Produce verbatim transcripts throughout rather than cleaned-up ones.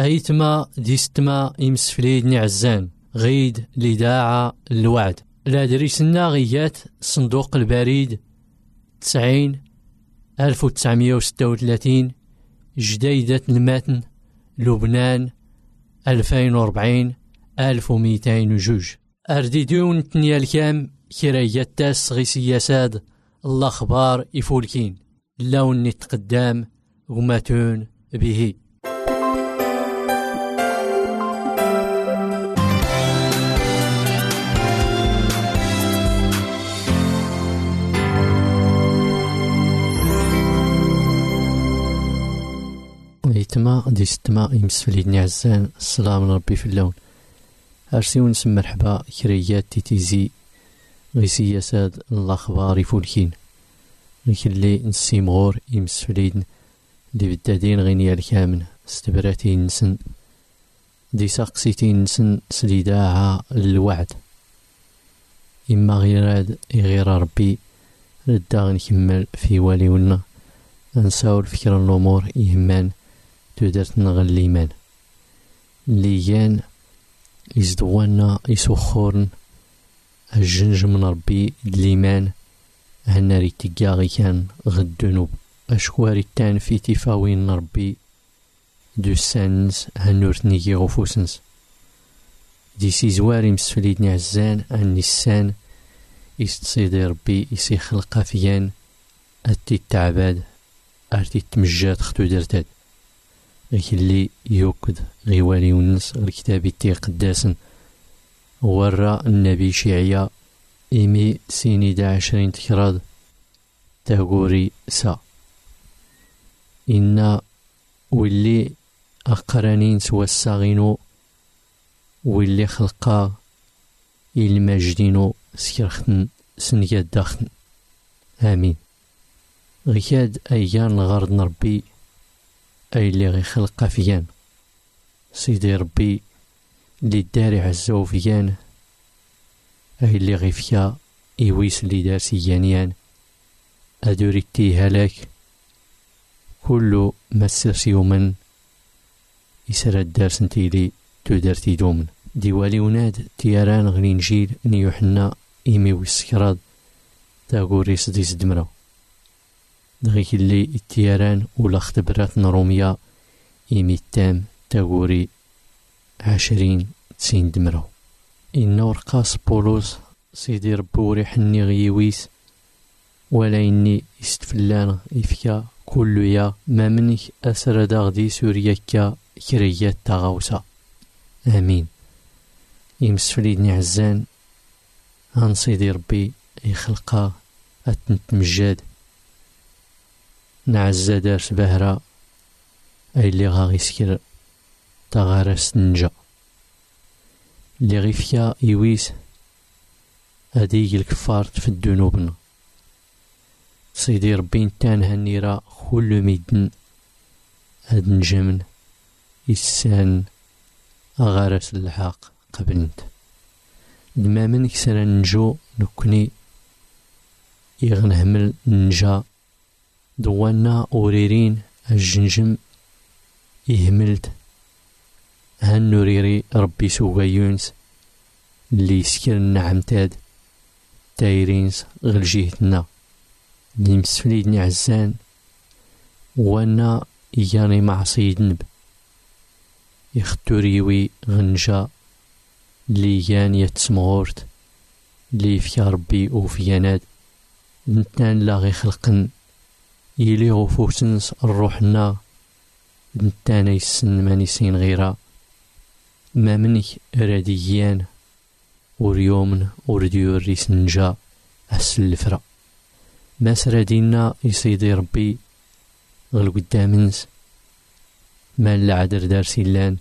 غيتما ديستما يمسفليد نعزان غيد لداعة الوعد لا دريسنا غيات صندوق البريد تسعين ألف وتسعمية وستة وثلاثين جديدة المتن لبنان ألفين وربعين ألف ومئتين وجوج أرديدون تنيا الكام كرايات تاس غي سياساد الأخبار يفولكين اللون نتقدام وماتون به يتما ديستما يمسفليدني عزان السلام من ربي في اللون أرسيو نسمى مرحبا كريات تيتيزي غي سياساد الأخبار يفولكين اللي نسيمغور يمسفليدن دي بدادين غينيا الكامن استبراتين نسن دي ساقسيتين نسن سليداعا الوعد إما غيراد غير ربي رداغ نكمل في واليونا نساول فكر الأمور يهمان تودرت نغل ليمان ليان يزدوانا يسوخورن الجنج من ربي دليمان هناري تقاغي كان غدنوب أشكواري تان في تفاوين ربي دو سانس هنورتنيكي غفوسنس دي سيزواري مسفليدني عزان عن نسان يستصيدي ربي يسي خلقا فيان أتي التعباد أرتي التمجات ختو درتاد غيك اللي يوكد غيوالي ونس الكتابي تي قداسن ورا النبي شيعيا إيمي سيني دا عشرين تكراد تاغوري سا إنا واللي أقرانين سوا الساغينو واللي خلقا المجدينو سكرختن سنيا داختن آمين غيكاد أيان غارد نربي أي اللي غي خلقا فيان سيدي ربي اللي داري عزاو فيان أي اللي غي فيا إيويس اللي دار سيانيان أدوري تيهالاك كله مسرس يومن يسرى الدار سنتيلي تودرتي دومن ديوالي وناد تياران غني نجيل نيوحنا إيمي ويسكراد تاقوري سديس دمرو دغيك اللي التياران ولا اختبرات نروميا إيمي التام تاقوري عشرين تسين دمرو إنو رقاص بولوس سيدي ربوري حني غيويس ولا إني استفلان إفكا كل يا ما منك أسر داغدي سوريكا كريات تغاوسا آمين يمسفليدني عزان عن سيدي ربي يخلقا أتنتمجاد نعزا دارس بهرا أي اللي غاغي سكر تغارس ننجا اللي غيفيا يويس هديك الكفارت في الذنوبنا سيدي ربي نتان هنيرا كل ميدن هاد نجمن يسان أغارس الحاق قبلنت لما من كسر نجو نكني يغنهمل نجا دوانا أوريرين الجنجم يهملت هنوريري ربي سوغا يونس اللي يسكر النعمتاد تايرينس غير جهتنا اللي مسفليدني عزان وانا ياني مع سيد نب يختوريوي غنجا اللي يان يتسمغورت اللي في ربي وفياناد نتان لاغي خلقن يلي غفوسنس الروحنا نتان يسن ماني سين غيرا ما منك راديان وريومن ورديو الريس نجا السلفرا ما سرادينا يسيدي ربي غل قدامنس ما العدر دار سيلان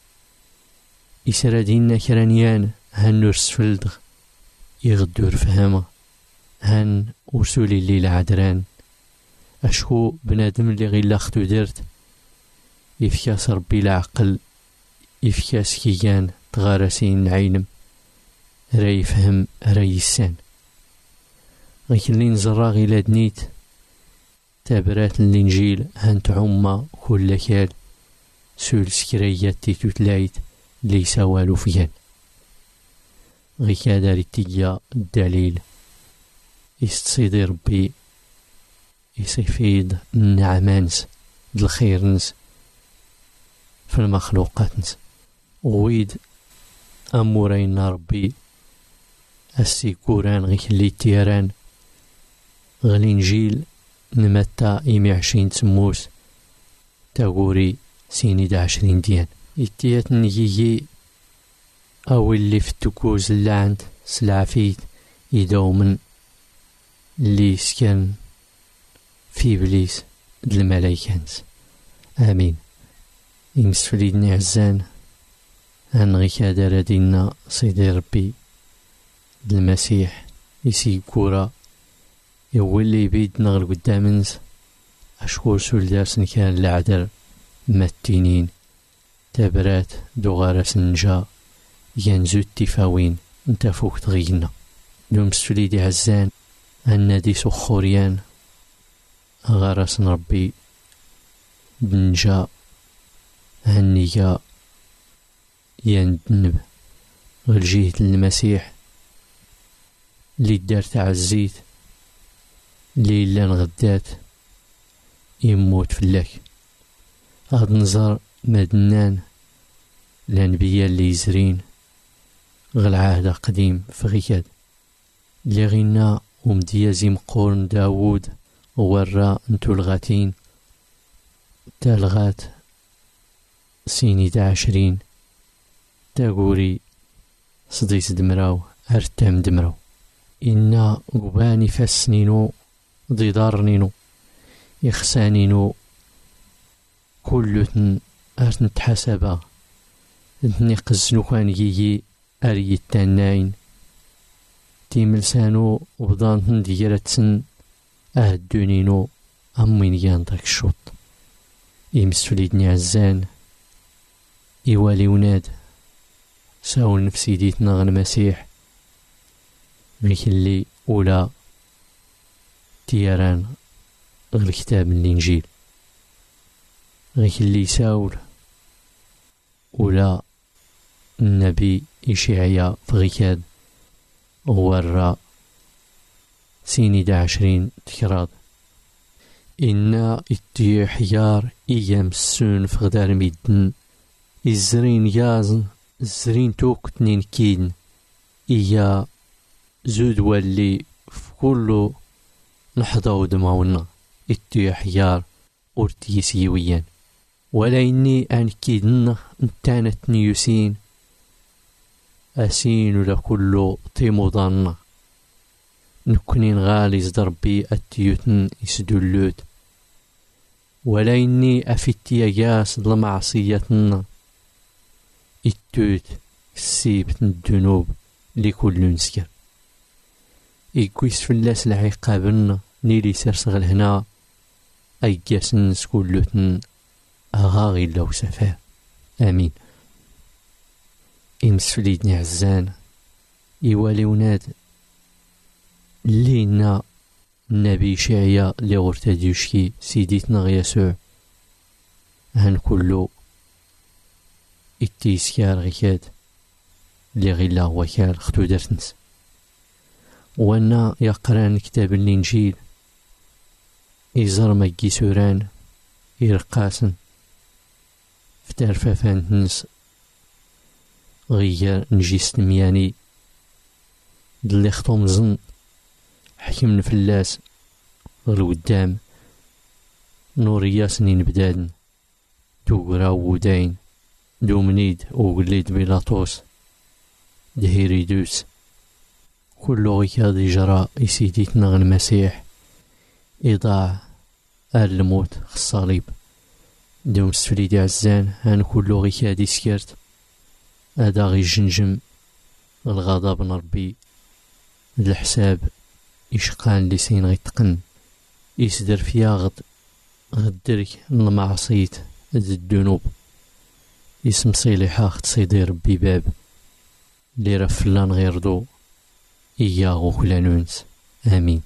يسرادينا كرانيان هن نرسفلدغ يغدور فهمه هن وسولي الليل عدران أشكو بنادم اللي غير لاختو درت يفكاس ربي العقل يفكاس كيان تغارسين العينم را يفهم را يسان غيك اللي نزرا غيلا دنيت تابرات الانجيل هانت عما كل كال سول سكريات تيتوتلايت ليس والو فيان غي كادا ريتيا الدليل يستصيدي ربي يسيفيد النعمانس د الخيرنس في المخلوقات ويد أمورين ربي السيكوران غي اللي تيران غالينجيل نمتا إيمي عشرين تموس تاغوري سيني دا عشرين ديان إتيات نيجي أو اللي في التكوز اللي عند سلعفيت يدومن اللي سكن في إبليس د الملايكانس آمين. يمسفليدني عزان هنغي كادر دينا سيدي ربي د المسيح يسي كورا يولي يبيد نغل قدامنز أشكور سول دارسن كان العدر متينين تابرات دوغارة سنجا ينزو التفاوين انت فوق تغينا دوم سفليدي عزان النادي سخوريان غارس ربي بنجا هنيا يندنب غلجيه المسيح اللي دار تاع الزيت اللي إلا نغدات يموت فلاك هاد نزار مدنان الأنبياء اللي يزرين غل عهد قديم فغيكاد اللي غينا ومديازي مقورن داوود ورا انتو الغاتين تالغات سيني دا عشرين تاقوري صديس دمراو ارتام دمراو إنا قباني فاسنينو ضيدارنينو يخسانينو كلتن ارتن تحسبا انتني قزنو كان يجي اريد تاناين تيملسانو وبضانتن ديالتسن اهدونينو امين يانتك الشوط يمسفليدني عزان يوالي وناد ساول نفسي ديتنا غن مسيح غيك اللي أولى تياران غير كتاب الإنجيل غيك اللي ساول أولى النبي إشعيا فغيكاد غورا سيني دا عشرين تكراد إنا إتي حيار إيام السون فغدار ميدن الزرين يازن الزرين توك تنين كيدن إيا زود واللي في كله نحضاو دماونا إتي حيار أورتي سيويا ولا إني أن كيدن انتانت نيوسين أسين ولا كله تيموضان نكونين غالي زدربي التيوتن يسدولوت ولا إني أفتي أجاس لمعصيتنا التوت السيبت الذنوب لكل نسكر إيكويس فلاس العقابنا نيلي سرسغل هنا أي جاسن سكولوتن أغاغي لو سفاه آمين. إمسفليدني عزان يوالي وناد لينا النبي شعيا لغرتديوشكي سيديتنا يسوع هن كله التيسكار غيكاد اللي غيلا وكال ختو درتنس وانا يقران كتاب الانجيل يزر مجي سوران يرقاسن فتار فافانتنس غير نجيس مياني دلي خطوم زن حكم نفلاس غير قدام نوريا سنين بدادن دوغرا وداين دومنيد وقليد بيلاطوس دهيريدوس كل غيكاد يجرى يسيديتنا المسيح إضاع آل الموت الصليب دوم سفليدي عزان هان كل غيكاد يسكرت هذا غي جنجم الغضب نربي الحساب يشقان لسين غيتقن يسدر فيها غد غدرك المعصيت ذي الذنوب يسم صيلحا خت صيدي ربي باب لي رفلان غير دو إياغو كلا نونس آمين.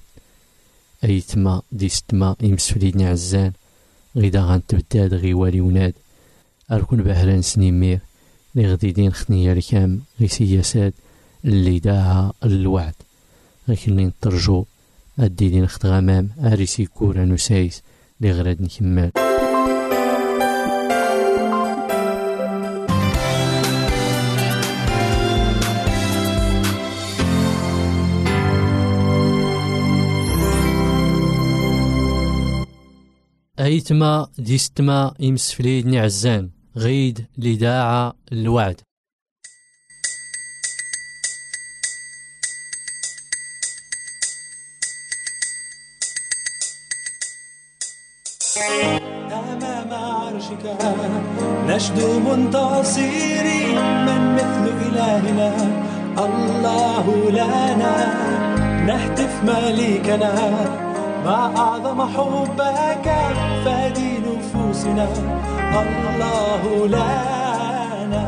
أيتما ديستما يمسفليدني عزان غيدا غانتبداد غي والي وناد أركون بهران سنيمير لغديدين خنية الكام غي سياسات اللي داعا الوعد غيكلي نترجو الديدين خط غمام أريسي كورا نسايس لغراد نكمل. أيتما ديستما يمسفليد نعزان غيد لداعا الوعد. أمام عرشك نشدو منتصرين من مثل إلهنا الله لنا نهتف مليكنا ما أعظم حبك فادي نفوسنا الله لنا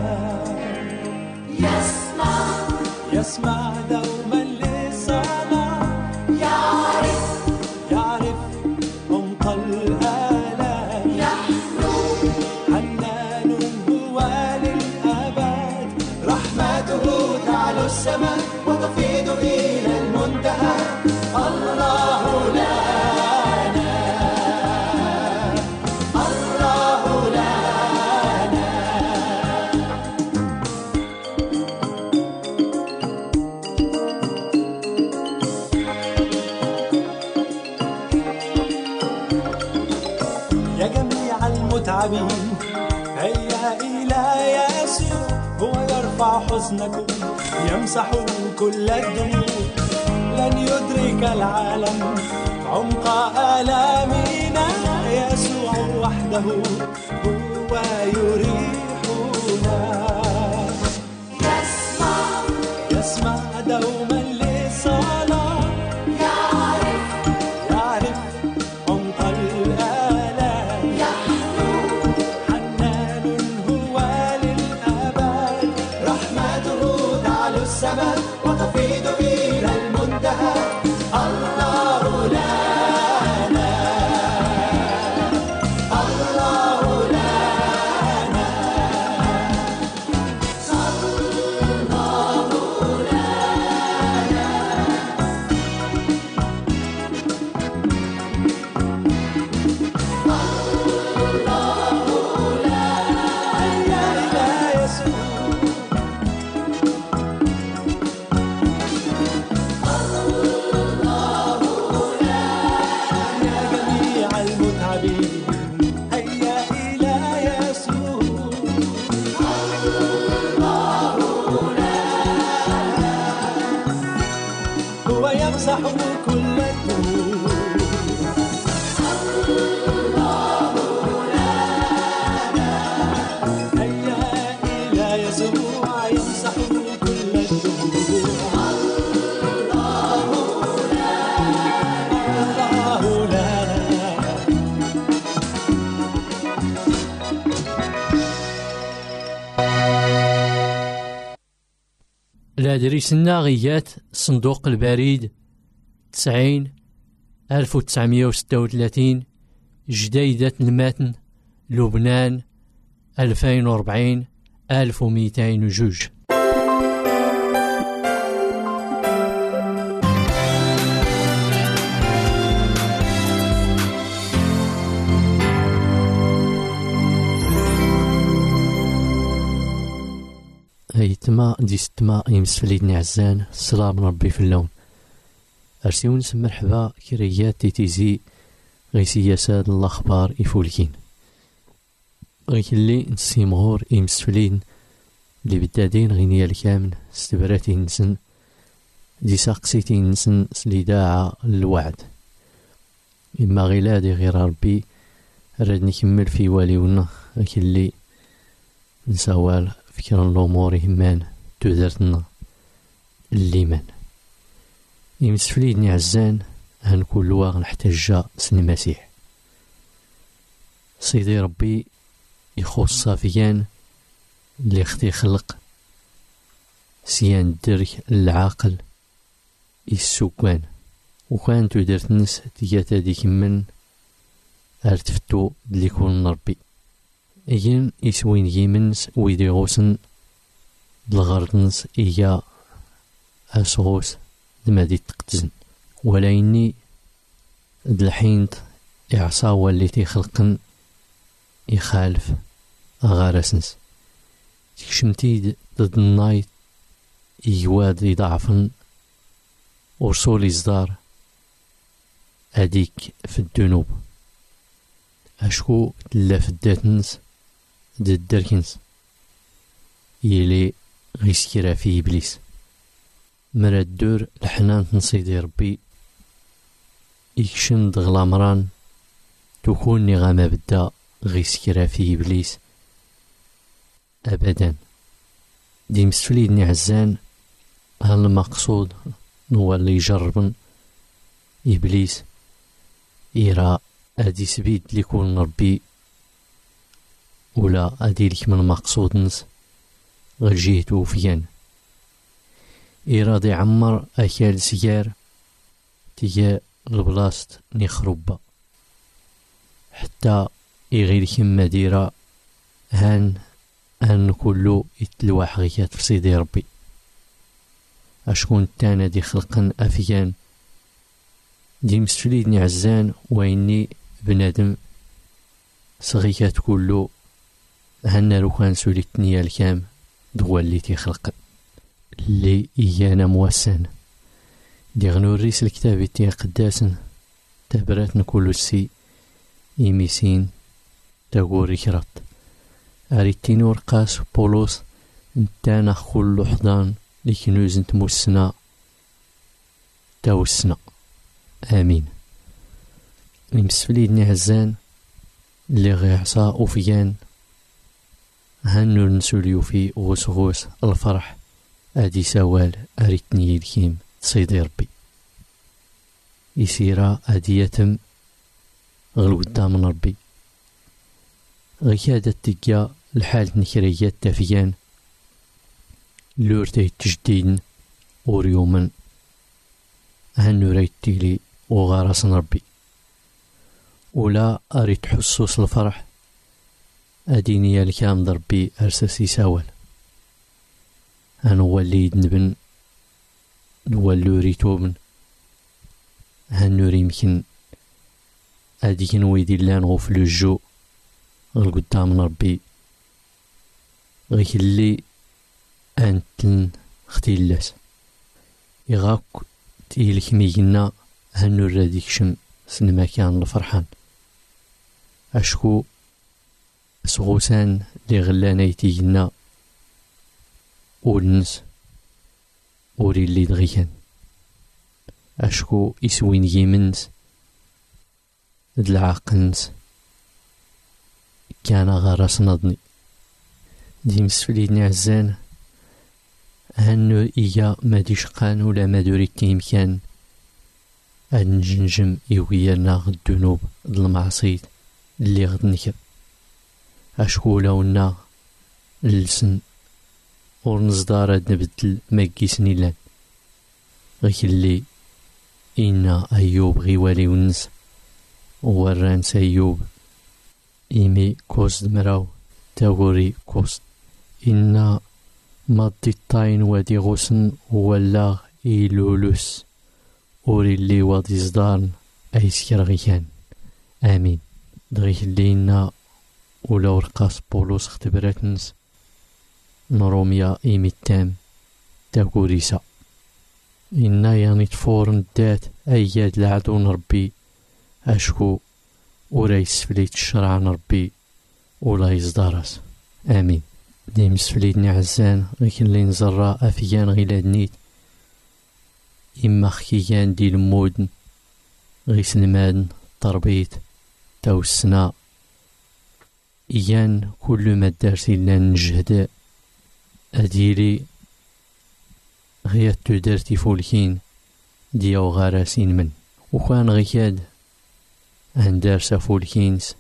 يسمع يسمع دوما للصلاة يعرف يعرف عمق الآلام يحلو حنان هو للأبد رحمته تعلو السماء وتفيض إلى المنتهى الله لنا الله لنا يا جميع المتعبين هيا إلى يسوع هو يرفع حزنكم يمسح كل الدموع لن يدرك العالم عمق آلامنا يسوع وحده هو يريحنا يسمع يسمع دوما للصلاة يعرف يعرف عمق الآلام يحلو حنان هو للأبد رحمته تعلو السماء وتفيض إلى المنتهى الله لنا الله لنا الله لنا الله لنا يا يسوع هيا إلى يسوع الله لنا هو يمسح كل الدموع الله لنا هيا إلى يسوع يمسح كل الدموع الله لنا الله لنا الأدريسنا غيات صندوق البريد تسعين ألف وتسعمية وستة وثلاثين جديدة المتن لبنان ألفين وربعين ألف ومئتين وجوج. هيتما ديستما يمسفليدني عزان السلام ربي في اللون أرسيون مرحبا كريات تيتيزي غي سياسات الأخبار يفولكين غي اللي نسيمغور يمسفلين اللي بدادين غينيا الكامن استبراتي نسن دي ساقسيتي نسن سليداعة الوعد إما غيلادي غير ربي راد نكمل في واليونا غي اللي نسوال فكرا الأمور همان تودرتنا الليمان يمسفليدني عزان هنكون لواغ نحتاج سن المسيح سيدي ربي يخص صافيان اللي اختي خلق سيان الدرك العاقل السكان وكان تودرت نس تياتا ديك من ارتفتو اللي يكون ربي إيجن إسوين جيمنس ويدي غوسن الغردنس إيا أسغوس دمادي تقتزن ولا إني دلحينت إعصاوة اللي تيخلقن يخالف أغارسنس تكشمتيد ضد النايت يواد يضعفن ورسول إصدار أديك في الذنوب أشكو تلا في الداتنس ضد الدركنس يلي غيسكرا في إبليس مرا الدور الحنان تنصيدي ربي يكشن دغلامران تكون نغامة بدا غيسكرا في إبليس أبدا دي مسفليد نعزان هالمقصود هو اللي يجربن إبليس إيرا أدي سبيد ليكون ربي ولا أدي لك من مقصود نس غجيتو فيان إيرا دي عمر أكال سيار تيجا البلاست نخرب حتى يغير كما ديرا هان هان كلو يتلوح غيات في سيدي ربي أشكون تانا دي خلقن أفيان دي مسفليد نعزان وإني بنادم صغيكات كلو هنا لو كان سوليتني الكام دوا اللي تيخلق اللي إيانا مواسان دي غنو الريس الكتابي تي قداسن تبراتنا كلو السي إيميسين تاقوري كرات أريتين ورقاس بولوس انتانا خلو حضان لكنوز انت موسنا تاوسنا آمين المسفليد نعزان اللي غيعصا وفيان هنو نسوليو في غوس غوس الفرح ادي سوال اريتني الكيم سيدي ربي يسيرا ادي يتم غلو قدام ربي غيادة تقيا الحالة نكريات تافيان لورتي تجديد وريومن هنو ريتيلي وغارس ربي ولا أريد حسوس الفرح أديني الكام ضربي أرسسي ساول هنو اللي يدنبن نولو ريتوبن هنو ريمكن أديكن ويدي اللان غفلو الجو غل قدام ربي غيك اللي أنتن اختي اللاس يغاك تيلك ميجنا هنو راديكشم سنما كان الفرحان أشكو سغوسان لي غلانيتينا ولنس وري اللي دغيان أشكو إسوين يمنس دلعاقنس كان غارس نضني دي مسفليدني عزان هنو إيا ما ديشقان ولا ما دوريت يمكان هاد نجنجم يويانا الذنوب د المعصية اللي غد نكر أشكو لونا اللسن ورنصدار هاد نبدل ماكي سنيلان غيك اللي إنا أيوب غيوالي ونس ورانس أيوب إيمي كوست مراو تاغوري كوست إنا مضي الطاين وادي غسن ولا إيلولوس أوري اللي وادي صدارن أيسكر غيان آمين دغيك اللي إنا ولا ورقاس بولوس اختبراتنس نروميا إيمي التام تاكوريسا إنا يعني تفورن دات أياد لعدون ربي أشكو ولا يسفليت الشرع ربي ولا يصدارس آمين دي مسفليتني عزان غيك اللي نزرى أفيان غيلاد نيت إما خيان دي المودن غيس المادن تربيت تاو السنا إيان كل ما دارتي لان نجهد أديري غيات تدارتي فولكين دياو غاراسين من وكان غياد هندارسا فولكينس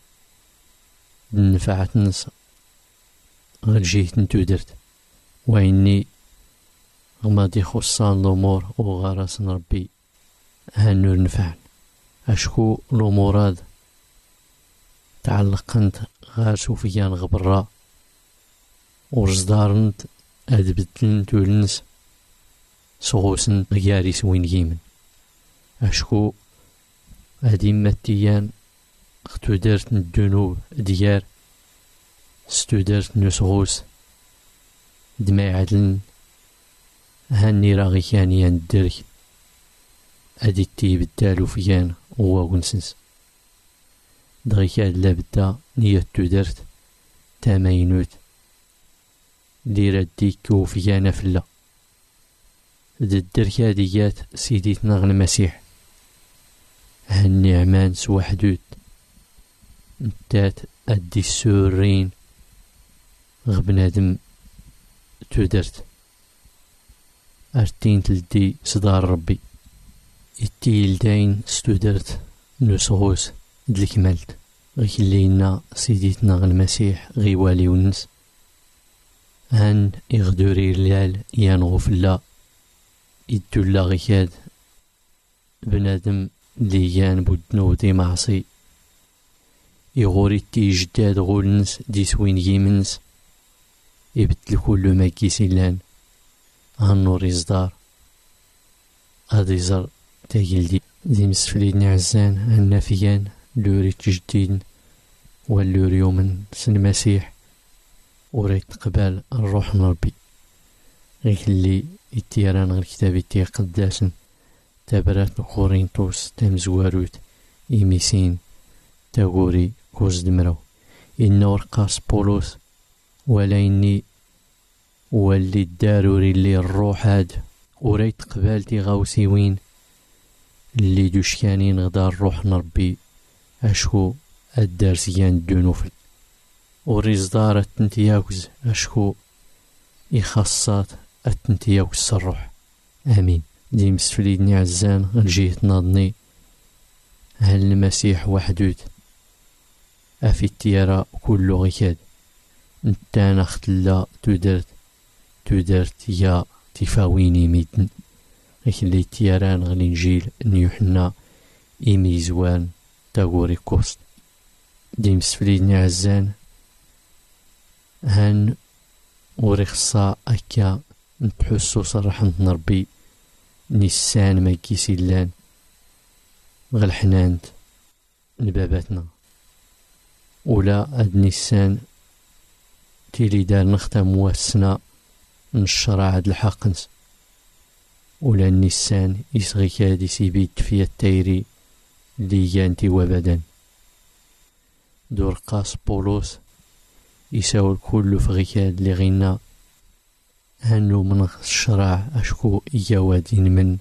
نفعتنس غلجيت نتودرت وإني غمادي خصان الأمور وغارس ربي هنور نفعن أشكو الأمورات تعلقنت غار سوفيان غبرا ورزدارنت أدبتلن تولنس سغوسن غياري سوين جيمن أشكو هادي ماتيان اختو دارت الدنوب ديار ستو دارت نسغوس دماي عدلن هاني راغي كانيان الدرك أدي تي بالدالو فيان وواغنسنس دغيك هاد لابدا نيتو دارت تامينوت دير ديك وفيانا فلا د الدرك هاديات سيديتنا غ المسيح هالنعمان سوا حدود نتات أدي السورين غ بنادم تودرت أرتين تلدي صدار ربي التيل داين ستودرت نسغوس دلك مالت غيك اللينا سيديتنا غ المسيح غيوالي ونس هان إغدوري ريال يانغو فلا يدولا غيكاد بنادم ليان بودنو دي معصي يغوري تي جداد غولنس دي سوين يمنس يبدل كل ما كيسيلان هالنور يصدار غادي يزر تايلدي دي مسفلين عزان هالنافيان لوري تجديد واللوري يومن سن مسيح وريت قبال الروح من ربي غيك اللي التيران غير كتابي تي قداسن تابرات كورينتوس تامزواروت إيميسين تاغوري كوز دمرو إنو رقاس بولوس ولا إني واللي الداروري اللي الروح هاد وريت قبالتي غاوسيوين اللي دوشكانين غدا الروح نربي أشكو الدارسيان الدنوفل وريزدار التنتياوز أشكو إخاصات التنتياوز الروح آمين. دي مسفليدني عزان الجيه ناضني هل المسيح وحدود أفي التيارة كل غيكاد نتانا اختلا تودرت تودرت يا تفاويني ميتن غيك اللي تياران غالينجيل نيوحنا إيميزوان تاغوري كوست. دي مسفليدني عزان هان ورخصا أكا نتحسو صراحة نربي نيسان ما كيسيلان غا الحنانت لباباتنا ولا هاد نيسان تيلي دار نختم مواسنا نشرع هاد الحقنس ولا النيسان يصغي كادي سيبيت في التايري اللي يانتي وبدا دور قاس بولوس يساوي الكل في غيكاد اللي غينا هانو من الشرع أشكو إيوادين من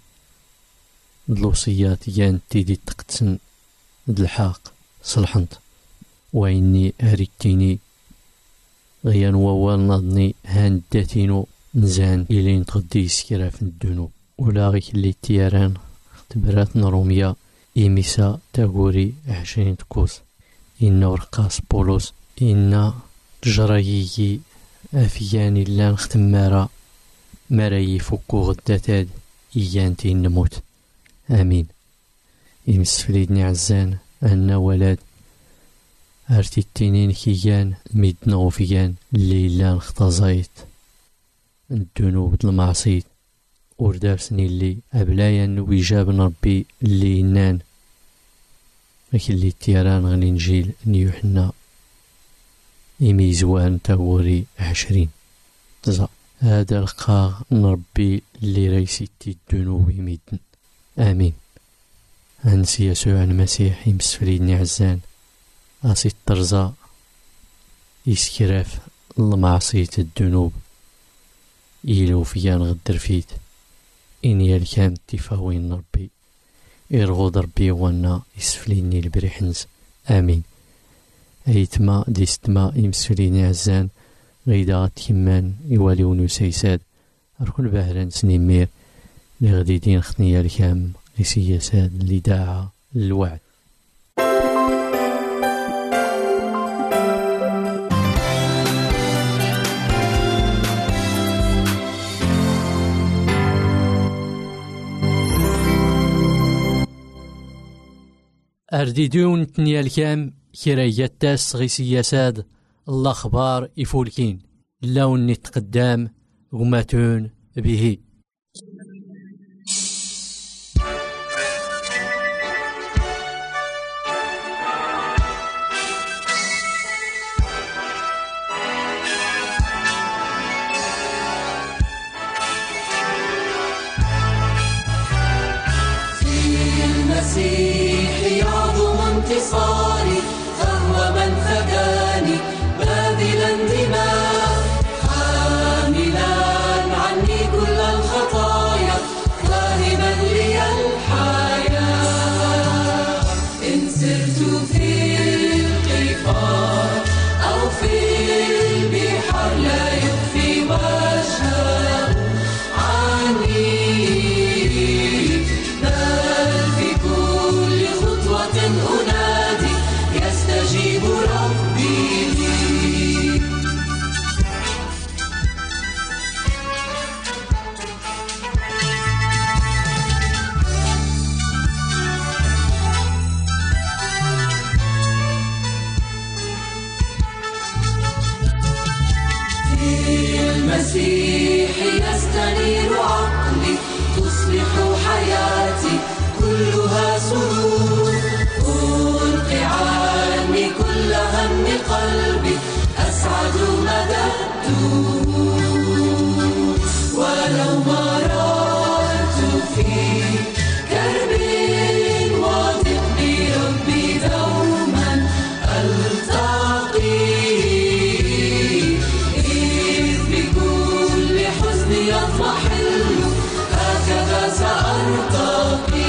الوصيات يان تيدي تقتسن الحاق صلحنت وإني هريتيني غيان ووال نضني هان داتينو نزان إلين تغدي سكرا في الدنو ولا غيك اللي تياران اختبرات نروميا إيميسا تاغوري عشرين تكوز إنا ورقاس بولوس إنا جرايي أفياني لان ختمارا مرايي فكو غداتاد إيانتي نموت آمين. يمسفليدني عزان أنا ولاد أرتي التنين كيان ميدنا وفيان اللي لان اختزايت الدنوب المعصيت وردارسني اللي أبلايا ويجاب ربي اللي ينان لكن اللي تيران غالينجيل نيوحنا إميزوان تاوري عشرين تزا هذا القاغ نربي اللي ريسيتي الدنوب يميدن آمين. أنسي يسوع المسيح يمسفليني عزان أسي الترزا يسكراف المعصية الدنوب إيلو فيان غدر فيت إني الكام تفاوين ربي إرغو ربي وانا يسفليني البريحنز آمين. أيتما ديستما يمسفليني عزان غيدا تيمان يواليونو سيساد أركل بهران سنيمير لغدي دين خطنية الكام لسياسات اللي داعا الوعد. أرديدون تنيا الكام كرايات تاس غي سياساد الله خبار يفولكين لون نتقدام وماتون به. المسيح يعظم انتصاري فهو من فداني باذلا دماء حاملا عني كل الخطايا واهبا لي الحياة. إن سرت في القفار أو في البحر لا يخفي وجهه عني أنادي يستجيب ربي لي. في المسيح يستنير عقلي تصبح حياتي كلها سرور. ألقي عني كل هم قلبي أسعد مدى الدهور. ولو مررت في كرب واثق بربي دوما ألتقي إذ بكل حزن يضمحل هكذا سأرتقي.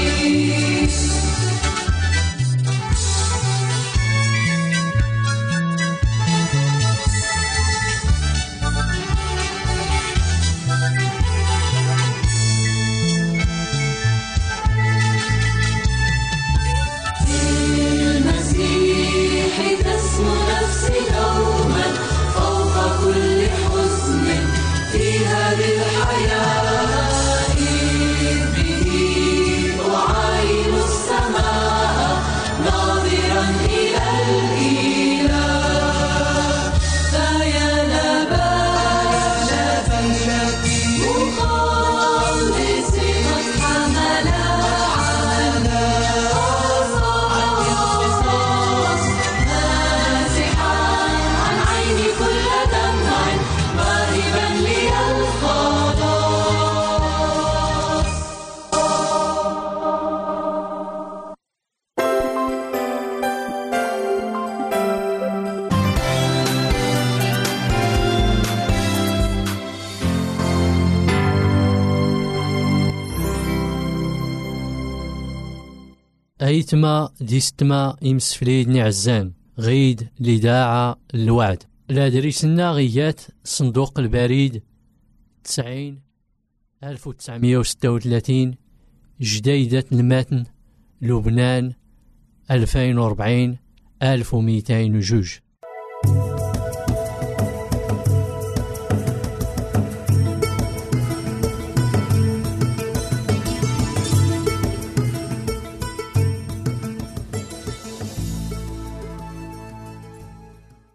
أيتما ديستما يمسفليد نعزان غيد لداعة الوعد. لا دريسنا غيات صندوق البريد تسعين ألف وتسعمية وستة وثلاثين جديدة المتن لبنان ألفين وربعين ألف ومئتين وجوج.